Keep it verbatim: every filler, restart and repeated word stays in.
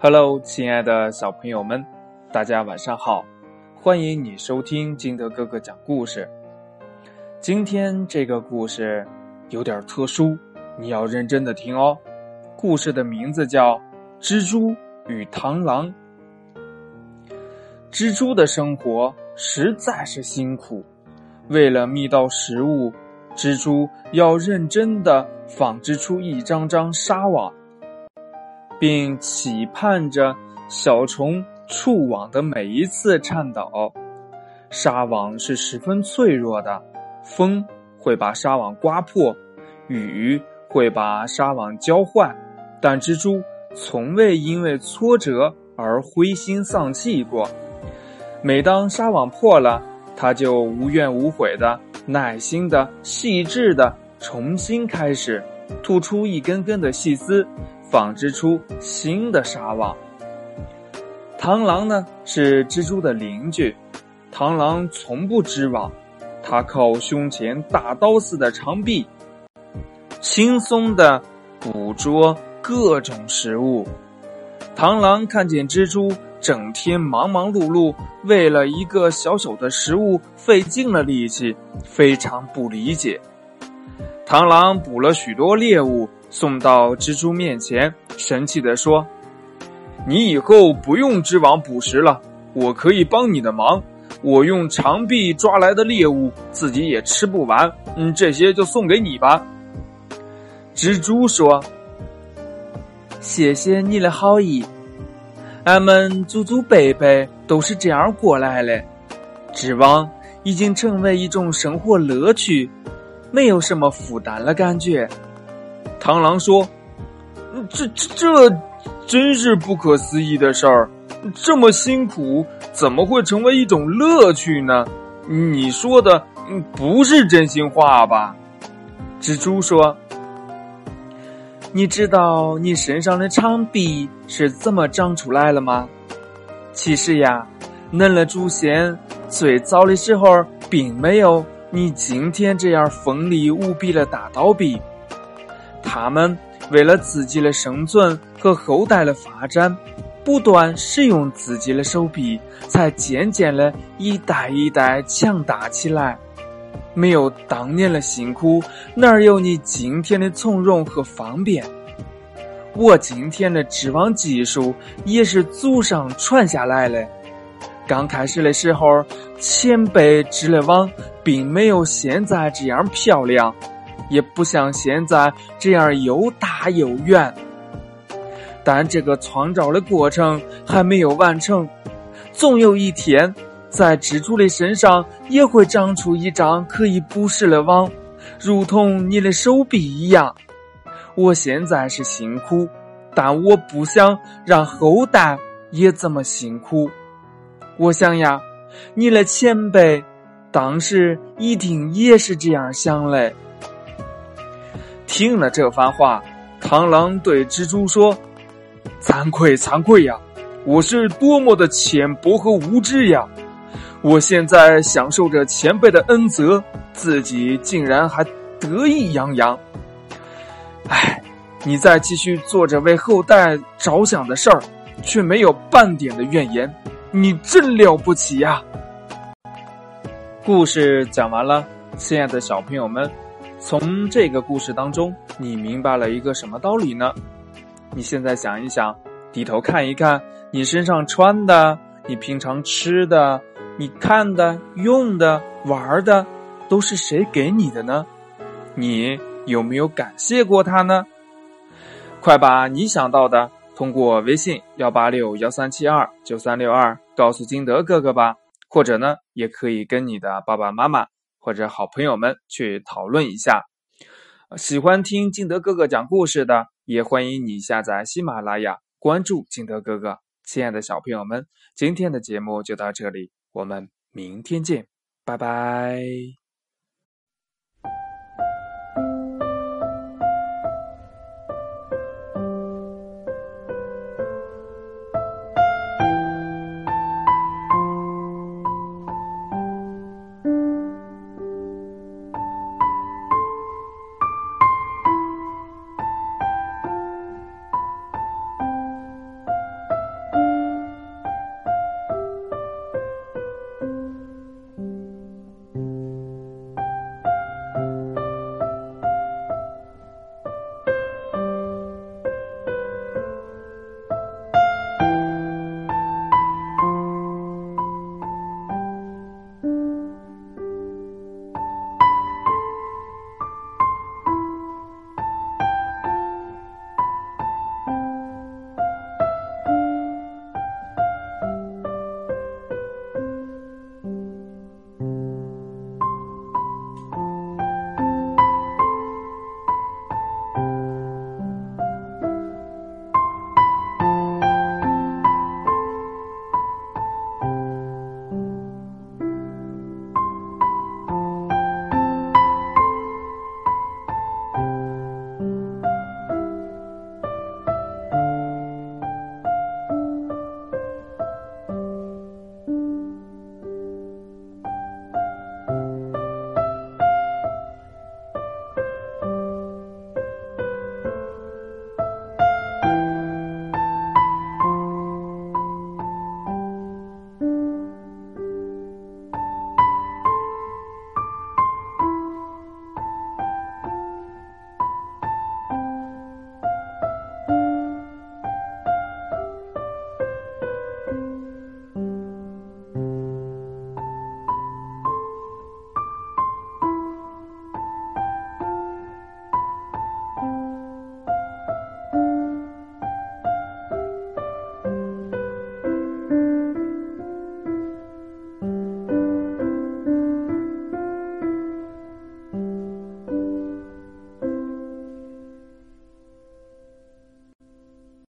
Hello， 亲爱的小朋友们，大家晚上好，欢迎你收听金德哥哥讲故事。今天这个故事有点特殊，你要认真的听哦。故事的名字叫《蜘蛛与螳螂》。蜘蛛的生活实在是辛苦，为了觅到食物，蜘蛛要认真地纺织出一张张纱网，并期盼着小虫触网的每一次颤抖。纱网是十分脆弱的，风会把纱网刮破，雨会把纱网浇坏，但蜘蛛从未因为挫折而灰心丧气过。每当纱网破了，它就无怨无悔的、耐心的、细致的重新开始，吐出一根根的细丝，纺织出新的纱网。螳螂呢，是蜘蛛的邻居。螳螂从不织网，它靠胸前大刀似的长臂，轻松地捕捉各种食物。螳螂看见蜘蛛整天忙忙碌碌，为了一个小小的食物费尽了力气，非常不理解。螳螂捕了许多猎物，送到蜘蛛面前，生气地说：你以后不用织网捕食了，我可以帮你的忙。我用长臂抓来的猎物自己也吃不完，嗯，这些就送给你吧。蜘蛛说：谢谢你的好意，俺们祖祖辈辈都是这样过来的，织网已经成为一种生活乐趣，没有什么负担的感觉。螳螂说：这这这真是不可思议的事儿，这么辛苦怎么会成为一种乐趣呢？你说的不是真心话吧？蜘蛛说：你知道你身上的长臂是怎么长出来了吗？其实呀，恁的祖先最早的时候并没有你今天这样锋利无比的大刀臂，他们为了自己的生存和后代的发展，不断使用自己的手臂，才渐渐的一代一代强大起来。没有当年的辛苦，哪有你今天的从容和方便？我今天的织网技术也是祖上传下来的。刚开始的时候，前辈织的网并没有现在这样漂亮，也不像现在这样又大又圆。但这个创造的过程还没有完成，总有一天，在蜘蛛的身上也会长出一张可以捕食的网，如同你的手臂一样。我现在是辛苦，但我不想让后代也这么辛苦。我想呀，你的前辈当时一定也是这样想的。听了这番话，螳螂对蜘蛛说：惭愧惭愧呀，我是多么的浅薄和无知呀！我现在享受着前辈的恩泽，自己竟然还得意洋洋。唉，你再继续做着为后代着想的事儿，却没有半点的怨言，你真了不起呀！故事讲完了，亲爱的小朋友们，从这个故事当中，你明白了一个什么道理呢？你现在想一想，低头看一看，你身上穿的，你平常吃的，你看的、用的、玩的，都是谁给你的呢？你有没有感谢过他呢？快把你想到的通过微信幺八六幺三七二九三六二告诉金德哥哥吧，或者呢，也可以跟你的爸爸妈妈或者好朋友们去讨论一下。喜欢听金德哥哥讲故事的，也欢迎你下载喜马拉雅，关注金德哥哥。亲爱的小朋友们，今天的节目就到这里，我们明天见，拜拜。